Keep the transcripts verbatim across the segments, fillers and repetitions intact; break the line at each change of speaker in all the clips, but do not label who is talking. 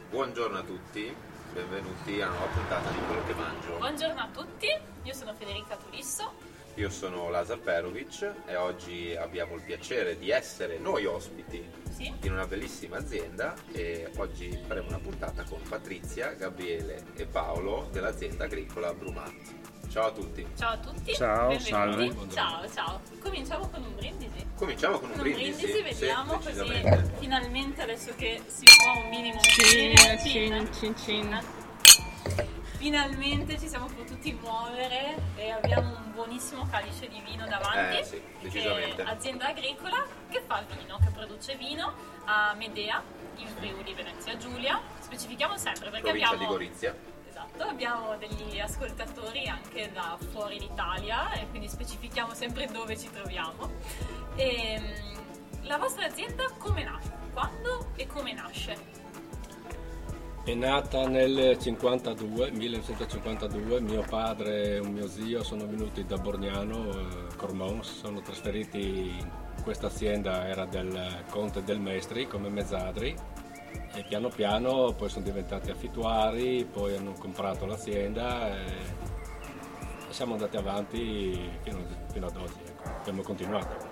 Buongiorno a tutti, benvenuti a una nuova puntata di Quello che mangio.
Buongiorno a tutti, io sono Federica Tulisso.
Io sono Lazar Perovic e oggi abbiamo il piacere di essere noi ospiti
sì.
in una bellissima azienda e oggi faremo una puntata con Patrizia, Gabriele e Paolo dell'azienda agricola Brumat. Ciao a tutti.
Ciao a tutti.
Ciao,
benvenuti.
salve.
Ciao, ciao. Cominciamo con un brindisi.
Cominciamo con un
Con
brindisi.
un brindisi, vediamo
sì,
così finalmente adesso che si può un minimo
Cin,
cin,
cin, cin, cin.
Finalmente ci siamo potuti muovere e abbiamo un buonissimo calice di vino davanti.
Eh, sì, decisamente.
Che è azienda agricola che fa vino, che produce vino a Medea, in Friuli, Venezia Giulia. Specifichiamo sempre perché
Provincia
abbiamo...
di Gorizia.
Esatto, abbiamo degli ascoltatori anche da fuori l'Italia e quindi specifichiamo sempre dove ci troviamo. E, la vostra azienda come nasce? Quando e come nasce?
È nata nel cinquantadue, millenovecentocinquantadue, mio padre e un mio zio sono venuti da Borgnano, eh, Cormons, sono trasferiti in questa azienda, era del Conte del Mestri come mezzadri e piano piano poi sono diventati affittuari, poi hanno comprato l'azienda e siamo andati avanti fino, fino ad oggi, ecco. Abbiamo continuato.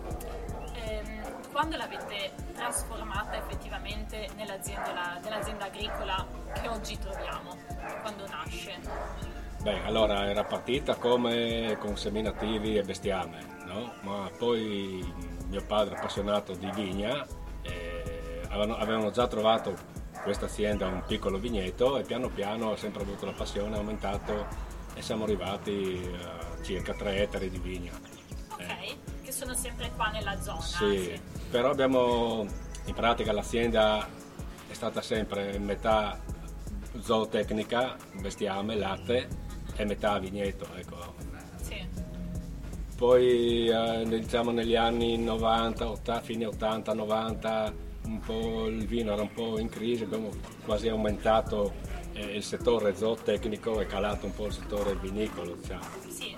Quando l'avete trasformata effettivamente nell'azienda, nell'azienda agricola che oggi troviamo? Quando nasce?
Beh, allora era partita come con seminativi e bestiame, no? Ma poi mio padre appassionato di vigna, eh, avevano, avevano già trovato questa azienda un piccolo vigneto e piano piano ha sempre avuto la passione, ha aumentato e siamo arrivati a circa tre ettari di vigna.
Ok, eh. Che sono sempre qua nella zona.
Sì,
sì.
Però abbiamo, in pratica l'azienda è stata sempre metà zootecnica, bestiame, latte e metà vigneto, ecco.
Sì.
Poi eh, diciamo negli anni novanta, ottanta, fine ottanta novanta, un po' il vino era un po' in crisi, abbiamo quasi aumentato eh, il settore zootecnico e calato un po' il settore vinicolo, diciamo.
Sì.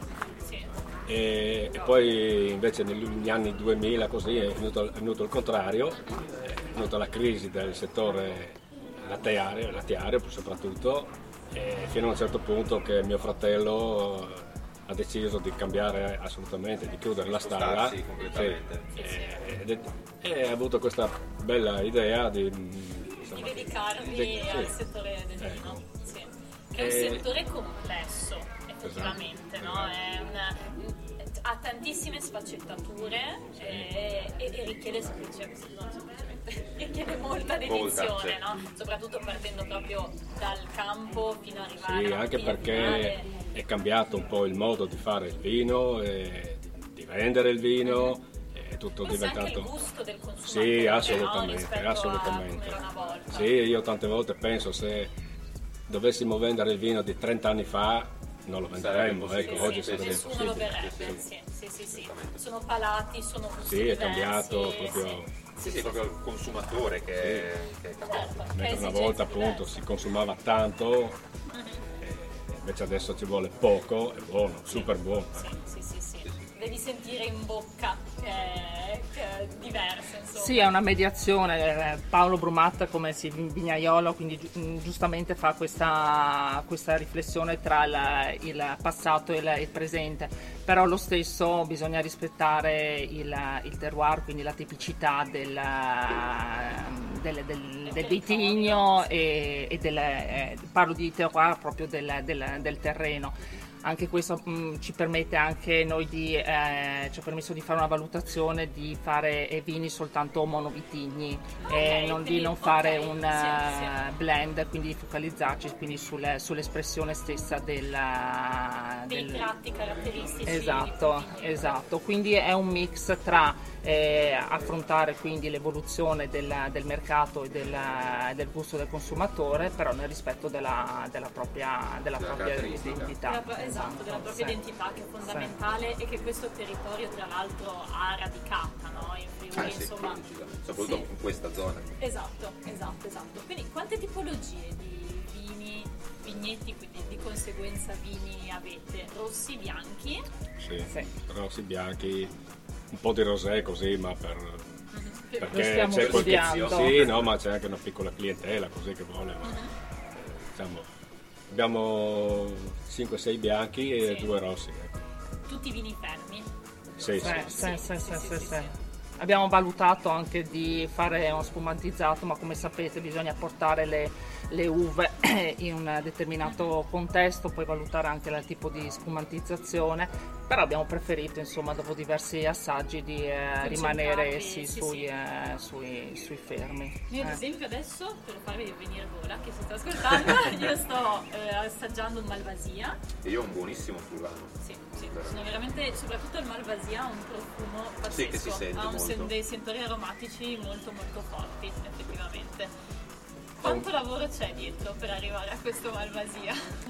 E, e poi invece negli anni duemila così è venuto, è venuto il contrario, è venuta la crisi del settore latteario, lattiario soprattutto, e fino a un certo punto che mio fratello ha deciso di cambiare assolutamente, di chiudere la stalla
completamente.
sì, e, e, e ha avuto questa bella idea di,
insomma, di dedicarvi
di,
al
sì,
settore del vino,
ecco.
sì. Che è un
e,
settore complesso. Effettivamente,
esatto,
no? È una, ha tantissime sfaccettature sì. e, e, e richiede semplicemente, non semplicemente richiede molta dedizione, molta, sì. no? Soprattutto partendo proprio dal campo fino ad arrivare
sì,
a
anche perché è cambiato un po' il modo di fare il vino, e di, di vendere il vino, mm-hmm. è tutto
forse
diventato
anche il gusto del consumatore,
sì, assolutamente,
no?
assolutamente.
A una volta.
Sì, io tante volte penso se dovessimo vendere il vino di trenta anni fa non lo venderemmo, ecco,
sì,
oggi
sì,
sarebbe
nessuno
impossibile.
lo berrebbe, sì, sì, sì, sì. Sono palati, sono gusti
sì, è
diversi,
cambiato proprio.
Sì,
sì, sì, proprio il consumatore che, sì. che è cambiato.
Certo,
mentre una volta appunto
diverse.
si consumava tanto, mm-hmm. invece adesso ci vuole poco, è buono, sì. super buono.
Sì, sì, sì, sì. Devi sentire in bocca che è, che è diverso, insomma.
Sì, è una mediazione. Paolo Brumat come vignaiolo, quindi gi- giustamente fa questa, questa riflessione tra il, il passato e il, il presente, però lo stesso bisogna rispettare il, il terroir, quindi la tipicità del, del, del, del vitigno e, e del, eh, parlo di terroir proprio del, del, del terreno. Anche questo mh, ci permette anche noi di, eh, ci ha permesso di fare una valutazione di fare eh, vini soltanto monovitigni
okay,
e non di non fare
okay,
un
sì,
uh,
sì.
blend, quindi di focalizzarci quindi sul, sull'espressione stessa del,
dei
del...
tratti caratteristici.
Esatto, esatto. Quindi è un mix tra eh, affrontare quindi l'evoluzione del, del mercato e del, del gusto del consumatore, però nel rispetto della, della propria, della
della
propria identità.
Della, esatto, della propria
sì.
identità che è fondamentale sì. e che questo territorio tra l'altro ha radicata, no? In Friuli,
ah, sì,
insomma.
Soprattutto
sì.
in questa zona.
Esatto, esatto, esatto. Quindi quante tipologie di vini, vigneti, quindi di conseguenza vini avete? Rossi, bianchi?
Sì, sì. Rossi, bianchi, un po' di rosé così, ma per...
Mm-hmm.
perché
stiamo
c'è qualche,
studiando.
sì, no, ma c'è anche una piccola clientela così che vuole, ma, eh, diciamo, abbiamo cinque sei bianchi e
Sì.
due rossi, ecco.
Tutti vini fermi.
Sì,
Sì,
sì.
sì, sì, sì, sì,
sì.
sì. Abbiamo valutato anche di fare uno spumantizzato, ma come sapete bisogna portare le, le uve in un determinato contesto, poi valutare anche il tipo di spumantizzazione, però abbiamo preferito, insomma, dopo diversi assaggi di eh, rimanere sì,
sì,
sui,
sì.
Eh, sui, sui fermi.
Io ad
Eh.
esempio adesso, per farvi venire gola, che si sta ascoltando, io sto eh, assaggiando un Malvasia.
E io ho un buonissimo Furlano.
Sì, sì, sono veramente, soprattutto il Malvasia ha un profumo pazzesco,
Sì, che si sente
ha un sen-
molto.
dei sentori aromatici molto molto forti, effettivamente. Quanto lavoro c'è dietro per arrivare a questo Malvasia?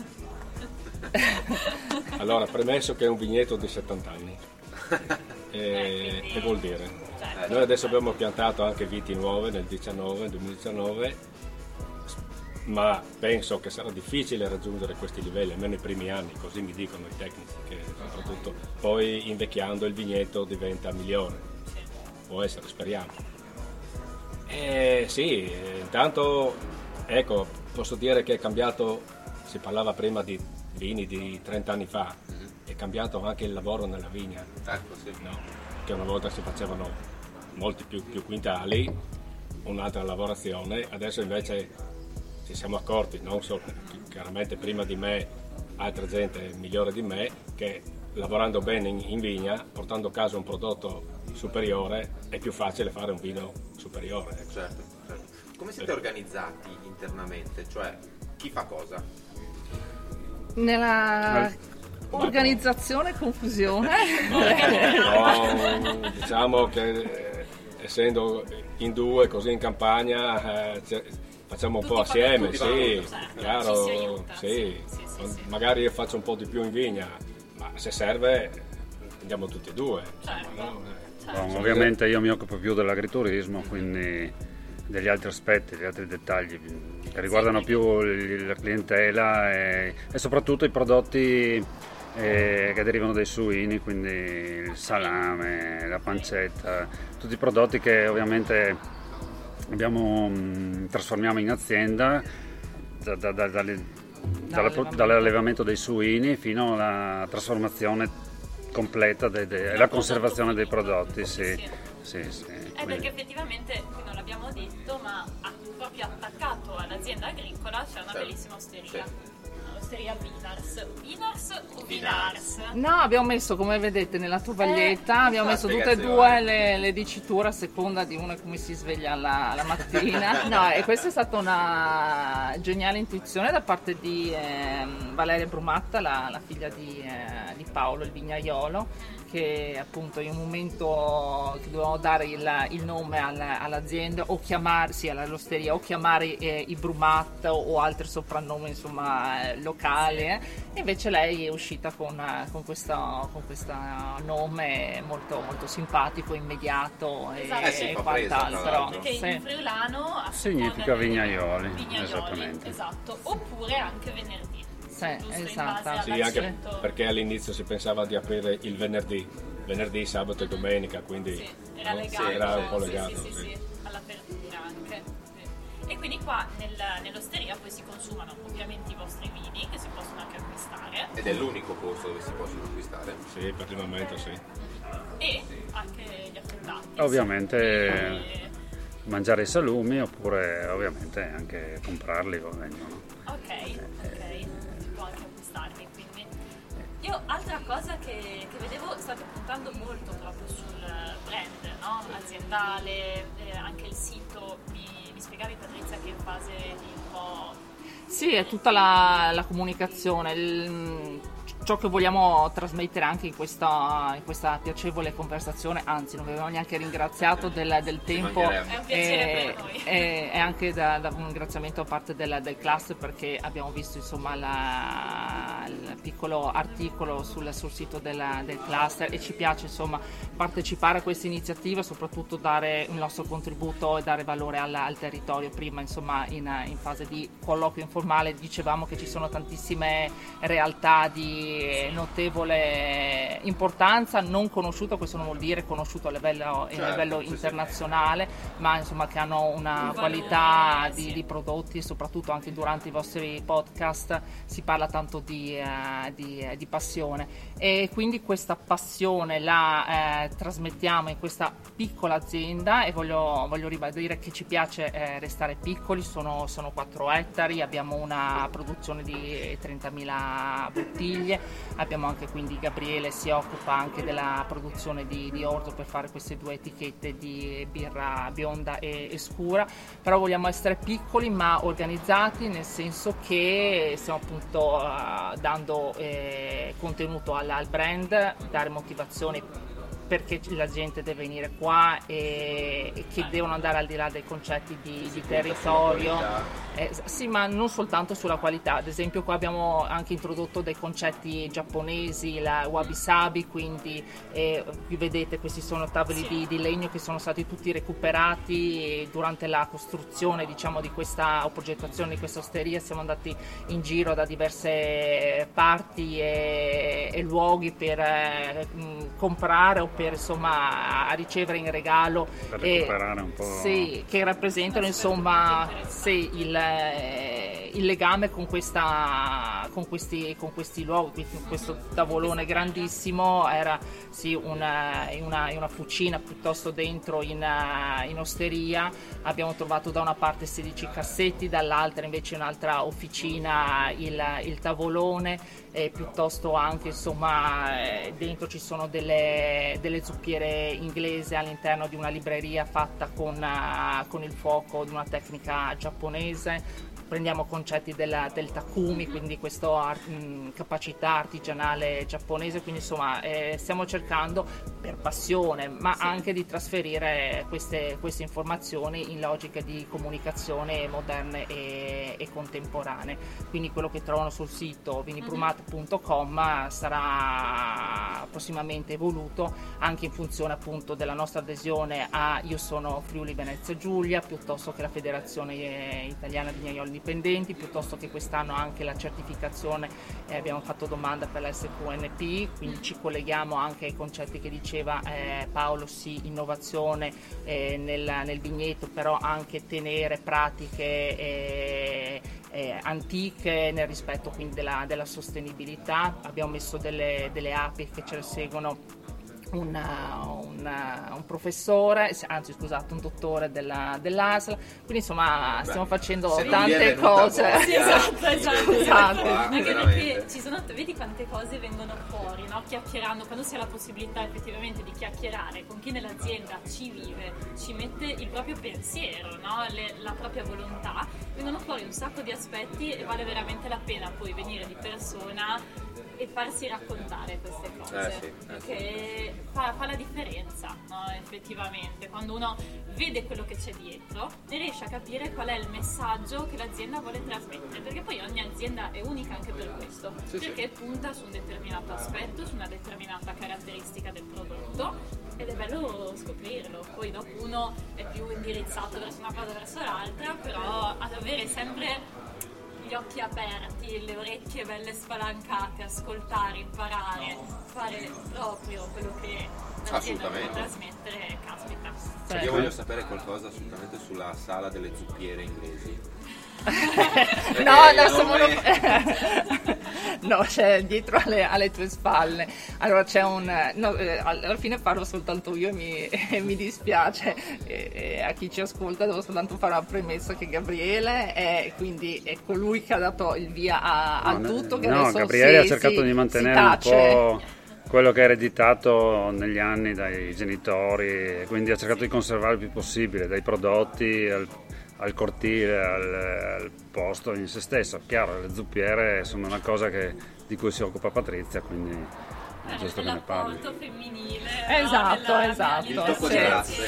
Allora, premesso che è un vigneto di settanta anni, e,
Eh, quindi-
che vuol dire?
Certo.
Noi adesso abbiamo piantato anche viti nuove nel diciannove, duemiladiciannove, ma penso che sarà difficile raggiungere questi livelli, almeno i primi anni, così mi dicono i tecnici, che soprattutto poi invecchiando il vigneto diventa migliore,
Sì.
può essere, speriamo. Eh, sì, eh, intanto, ecco, posso dire che è cambiato, si parlava prima di vini di trenta anni fa, è cambiato anche il lavoro nella vigna,
Ecco, sì.
no? Che una volta si facevano molti più, più quintali, un'altra lavorazione, adesso invece ci siamo accorti, non solo, chiaramente prima di me, altra gente migliore di me, che lavorando bene in, in vigna, portando a casa un prodotto superiore, è più facile fare un vino superiore. Ecco.
Certo, certo. Come siete organizzati internamente? Cioè, chi fa cosa?
Nella organizzazione e confusione.
No, diciamo che eh, essendo in due così in campagna eh, cioè, facciamo un
Tutti
po' assieme,
fanno
sì,
tutto, certo.
chiaro,
Ci si aiuta,
sì.
sì, sì, sì, sì.
Magari io faccio un po' di più in vigna, ma se serve andiamo tutti e due. insomma,
Certo.
no?
Certo.
Bon, ovviamente io mi occupo più dell'agriturismo, quindi degli altri aspetti, degli altri dettagli che riguardano più il- la clientela e, e soprattutto i prodotti eh, che derivano dai suini, quindi il salame, la pancetta, tutti i prodotti che ovviamente abbiamo, mh, trasformiamo in azienda da- da- da- dalle- dalla-
Dall'allevamento.
dall'allevamento dei suini fino alla trasformazione completa de- de- e la conservazione dei prodotti, sì, sì, sì.
È
Quindi-
perché effettivamente, qui non l'abbiamo detto, ma a- proprio attaccato all'azienda agricola c'è una
Certo.
bellissima osteria.
Sì.
L'osteria Vinars. Vinars o Vinars?
No, abbiamo messo, come vedete, nella tovaglietta,
Eh,
abbiamo messo tutte e
spiegazione.
due le, le diciture a seconda di uno come si sveglia la, la mattina. No, e questa è stata una geniale intuizione da parte di ehm, Valeria Brumatta, la, la figlia di, eh, di Paolo, il vignaiolo, che appunto in un momento che dovevamo dare il, il nome alla- all'azienda o chiamare, sì, all'osteria, o chiamare eh, i Brumat o, o altri soprannomi, insomma, eh, locali, eh. E invece lei è uscita con, eh, con questo con questo nome molto, molto simpatico, immediato e,
Esatto. Eh
sì,
e
fa presa, tra
quant'altro.
l'altro.
Perché
Sì.
in friulano a
Significa
seconda delle-
vignaioli,
vignaioli,
esattamente.
esatto. Oppure anche venerdì.
Sì,
giusto, in
esatto.
base
Sì, anche
all'accento.
perché all'inizio si pensava di aprire il venerdì, venerdì, sabato e domenica, quindi
Sì, era
no?
legato,
era un po'
sì,
legato.
sì, sì,
sì.
sì, all'apertura anche. Sì. E quindi qua nel- nell'osteria poi si consumano ovviamente i vostri vini che si possono anche acquistare
Ed è l'unico posto dove si possono acquistare.
Sì, per il momento sì.
e anche gli affettati.
Ovviamente
E-
mangiare i salumi oppure ovviamente anche comprarli o vengono.
Ok, ok, si può anche acquistarli quindi. Io altra cosa che, che vedevo, state puntando molto proprio sul brand, no? Aziendale, eh, anche il sito, mi, mi spiegavi Patrizia che è in fase di un po'...
Sì, è tutta la, la comunicazione, il- ciò che vogliamo trasmettere anche in questa, in questa piacevole conversazione, anzi non vi abbiamo neanche ringraziato del, del tempo
mancherebbe.
È un piacere
e,
per noi.
e- e anche da, da un ringraziamento a parte del, del cluster perché abbiamo visto insomma la- il piccolo articolo sul, sul sito della- del cluster e ci piace insomma partecipare a questa iniziativa, soprattutto dare il nostro contributo e dare valore alla- al territorio. Prima insomma in, in fase di colloquio informale dicevamo che ci sono tantissime realtà di di notevole importanza, non conosciuto, questo non vuol dire conosciuto a livello, certo, a livello sì, internazionale, sì. ma insomma che hanno una qualità di, di prodotti, soprattutto anche durante i vostri podcast si parla tanto di, uh, di, di passione, e quindi questa passione la eh, trasmettiamo in questa piccola azienda, e voglio, voglio ribadire che ci piace eh, restare piccoli. Sono, sono quattro ettari, abbiamo una produzione di trentamila bottiglie, abbiamo anche, quindi Gabriele si occupa anche della produzione di, di orzo per fare queste due etichette di birra bionda e, e scura, però vogliamo essere piccoli ma organizzati, nel senso che stiamo appunto uh, dando eh, contenuto al, al brand, dare motivazione perché la gente deve venire qua e, e che devono andare al di là dei concetti di, di territorio, eh, sì, ma non soltanto sulla qualità. Ad esempio qua abbiamo anche introdotto dei concetti giapponesi, la wabi sabi, quindi eh, qui vedete questi sono tavoli sì. di, di legno che sono stati tutti recuperati durante la costruzione, diciamo, di questa o progettazione di questa osteria. Siamo andati in giro da diverse parti e, e luoghi per eh, mh, comprare o per insomma a ricevere in regalo,
per recuperare un po',
sì, che rappresentano insomma sì, il, il legame con questa con questi, con questi luoghi. Questo tavolone grandissimo era sì una, una, una fucina piuttosto dentro in, in osteria. Abbiamo trovato da una parte sedici cassetti, dall'altra invece un'altra officina il, il tavolone, e piuttosto anche insomma dentro ci sono delle delle zuppiere inglesi all'interno di una libreria fatta con, uh, con il fuoco, di una tecnica giapponese. Prendiamo concetti della, del takumi, quindi questa art, mh, capacità artigianale giapponese, quindi insomma eh, stiamo cercando per passione ma sì. anche di trasferire queste, queste informazioni in logiche di comunicazione moderne e, e contemporanee. Quindi quello che trovano sul sito vinibrumat punto com sarà prossimamente evoluto anche in funzione appunto della nostra adesione a Io sono Friuli Venezia Giulia, piuttosto che la Federazione Italiana di Vignaioli Dipendenti, piuttosto che quest'anno anche la certificazione, eh, abbiamo fatto domanda per la S Q N P, quindi ci colleghiamo anche ai concetti che diceva eh, Paolo, sì, innovazione eh, nel, nel vigneto, però anche tenere pratiche eh, eh, antiche nel rispetto quindi della, della sostenibilità. Abbiamo messo delle, delle api che ce le seguono. Una, una, un professore, anzi scusate, un dottore della, dell'A S L, quindi insomma stiamo Beh, facendo tante cose.
Sì, esatto, esatto.
Scusate.
Anche perché ci sono, vedi quante cose vengono fuori, no? Chiacchierando, quando si ha la possibilità effettivamente di chiacchierare con chi nell'azienda ci vive, ci mette il proprio pensiero, no? Le, la propria volontà, vengono fuori un sacco di aspetti e vale veramente la pena poi venire di persona e farsi raccontare queste cose,
eh sì, eh
perché
sì.
fa, fa la differenza, no? Effettivamente quando uno vede quello che c'è dietro e riesce a capire qual è il messaggio che l'azienda vuole trasmettere, perché poi ogni azienda è unica anche per questo, sì, perché sì. punta su un determinato aspetto, su una determinata caratteristica del prodotto, ed è bello scoprirlo. Poi dopo uno è più indirizzato verso una cosa verso l'altra, però ad avere sempre gli occhi aperti, le orecchie belle spalancate, ascoltare, imparare, fare proprio quello che l'azienda vuole trasmettere, caspita.
Cioè, io voglio sapere qualcosa assolutamente sulla sala delle zuppiere inglesi.
no, no, siamo me... no, c'è dietro alle, alle tue spalle. Allora c'è un no, eh, alla fine parlo soltanto io e mi, eh, mi dispiace eh, eh, a chi ci ascolta, devo soltanto fare una premessa che Gabriele è quindi è colui che ha dato il via a, a
no,
tutto, che
no,
adesso
Gabriele
si,
ha cercato
si,
di mantenere un po' quello che è ereditato negli anni dai genitori, e quindi ha cercato di conservare il più possibile, dai prodotti al al cortile, al, al posto in se stesso. Chiaro, le zuppiere sono una cosa che, di cui si occupa Patrizia, quindi è giusto che ne parli.
L'apporto femminile,
esatto,
no?
esatto,
il tocco di razze.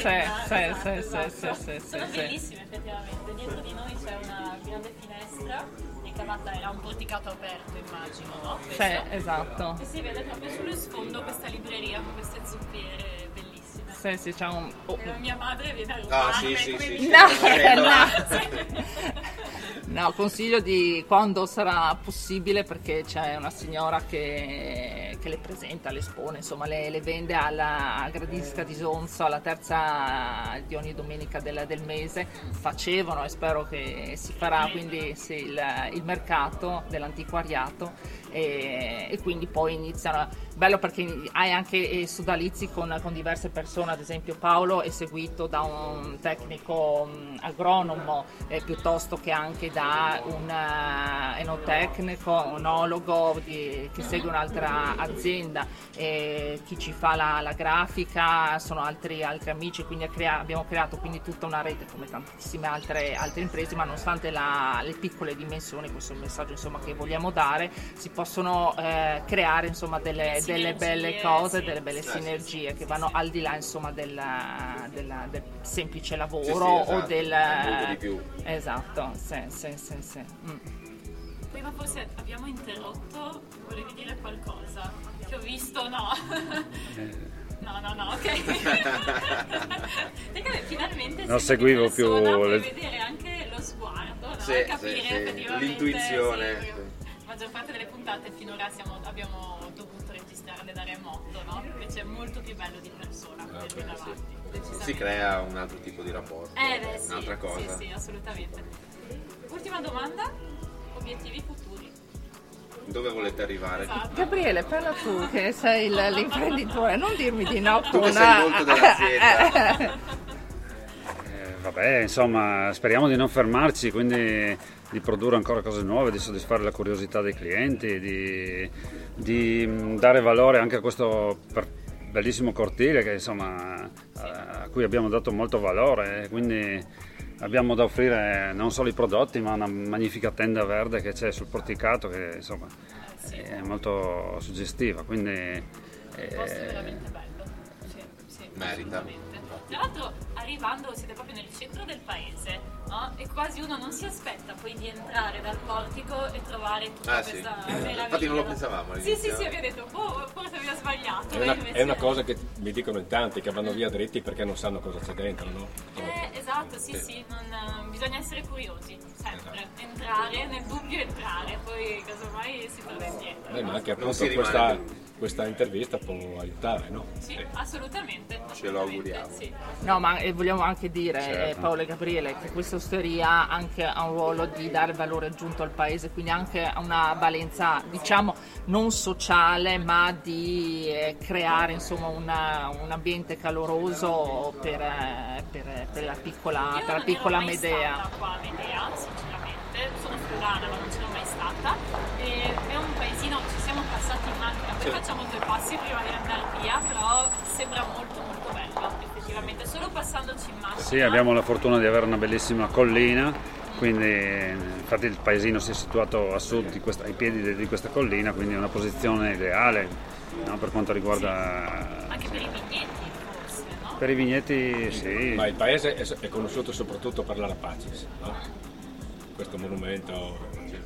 Sono bellissime effettivamente. Dietro di noi c'è una grande finestra ricavata, era un porticato aperto, immagino, no?
Sì, esatto.
E si vede proprio sullo sfondo questa libreria con queste zuppiere bellissime.
Sì, sì, c'è un... Oh.
Mia madre viene a rubarmi,
ah, sì, sì,
quindi...
sì,
no,
sì,
no. No, consiglio di quando sarà possibile, perché c'è una signora che, che le presenta, le espone, insomma le, le vende alla Gradisca di Sonzo alla terza di ogni domenica del, del mese. Facevano e spero che si farà quindi sì, il, il mercato dell'antiquariato. E, e quindi poi iniziano, bello perché hai anche sodalizi con, con diverse persone, ad esempio Paolo è seguito da un tecnico um, agronomo eh, piuttosto che anche da un uh, enotecnico, onologo di, che segue un'altra azienda, e chi ci fa la, la grafica sono altri, altri amici, quindi crea, abbiamo creato quindi tutta una rete come tantissime altre, altre imprese, ma nonostante la, le piccole dimensioni, questo è il messaggio insomma che vogliamo dare, si possono eh, creare insomma delle, delle belle cose, sì, delle belle sì, sinergie sì, che vanno sì, al di là insomma del, del, del semplice lavoro sì, sì, esatto, o del
di più.
Esatto, sì, sì, sì, sì. Mm.
Prima forse abbiamo interrotto, volevi dire qualcosa che ho visto, no? No, no, no, ok. Perché finalmente
non seguivo più
le... vedere anche lo sguardo, no?
Sì,
capire
sì, sì.
effettivamente
L'intuizione.
Sì, la maggior parte delle puntate finora siamo, abbiamo dovuto registrarle da remoto, no? Invece è molto più bello di persona,
ah,
okay, davanti,
sì. Si crea un altro tipo di rapporto,
eh, beh, sì,
un'altra cosa.
Sì, sì, assolutamente. Ultima domanda, obiettivi futuri.
Dove volete arrivare?
Esatto.
Gabriele, parla tu che sei il, l'imprenditore, non dirmi di no.
Tu che sei molto dell'azienda.
eh, vabbè, insomma, speriamo di non fermarci, quindi di produrre ancora cose nuove, di soddisfare la curiosità dei clienti, di, di dare valore anche a questo per, bellissimo cortile che insomma a cui abbiamo dato molto valore, quindi abbiamo da offrire non solo i prodotti ma una magnifica tenda verde che c'è sul porticato che insomma è molto suggestiva, quindi
il posto è veramente bello, sì, sì,
merita.
Tra l'altro arrivando siete proprio nel centro del paese, no? E quasi uno non si aspetta poi di entrare dal portico e trovare tutta
ah,
questa
sì.
meraviglia.
Infatti non lo pensavamo
all'inizio. Sì, sì, sì, abbiamo detto, boh, forse abbiamo sbagliato.
È una,
invece...
è una cosa che mi dicono in tanti, che vanno via dritti perché non sanno cosa c'è dentro, no?
Eh, esatto, sì, sì, sì non, bisogna essere curiosi, sempre, esatto. Entrare, nel dubbio entrare, poi casomai si torna indietro.
Beh,
no?
ma anche appunto questa, questa intervista può aiutare, no?
Sì, sì. Assolutamente.
Ce lo auguriamo.
Sì.
No, ma eh, vogliamo anche dire,
certo.
eh, Paolo e Gabriele, che questa osteria anche ha un ruolo di dare valore aggiunto al paese, quindi anche ha una valenza, diciamo, non sociale, ma di eh, creare insomma una, un ambiente caloroso per, eh, per, per la piccola, per la piccola Medea.
Io non ero mai stata qua a Medea, sinceramente, sono friulana ma non ce l'ho mai stata, e è un paesino, ci siamo passati in macchina, poi facciamo due passi prima di andare via, però sembra molto molto bello, effettivamente, solo passandoci in macchina.
Sì, abbiamo la fortuna di avere una bellissima collina, quindi infatti il paesino si è situato a sud di questa, ai piedi di questa collina, quindi è una posizione ideale, no, per quanto riguarda...
Sì. Anche per i vigneti forse, no?
Per i vigneti sì.
Ma il paese è, è conosciuto soprattutto per l'Arapacis, no? Questo monumento...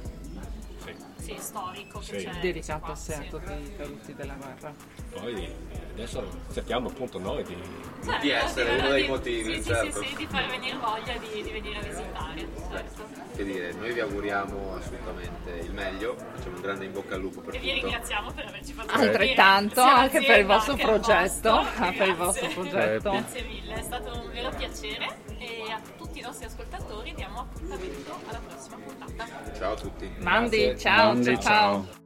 Sì, storico che
sì.
c'è
dedicato
qua,
a sé, a
sì.
tutti i caduti della guerra.
Poi adesso cerchiamo appunto noi di...
Certo,
di essere uno dei motivi,
sì,
certo.
sì, sì, sì, di far venire voglia di, di venire a visitare, certo.
Che dire, noi vi auguriamo assolutamente il meglio, facciamo un grande in bocca al lupo per
e
tutto.
vi ringraziamo per averci fatto
Altrettanto,
venire,
anche per il vostro
il
progetto,
vostro,
per il vostro
grazie.
progetto.
Grazie mille, è stato un vero piacere e a tutti i nostri ascoltatori diamo appuntamento alla prossima puntata.
Ciao a tutti.
Mandi,
Grazie.
ciao,
Mandi,
ciao. ciao.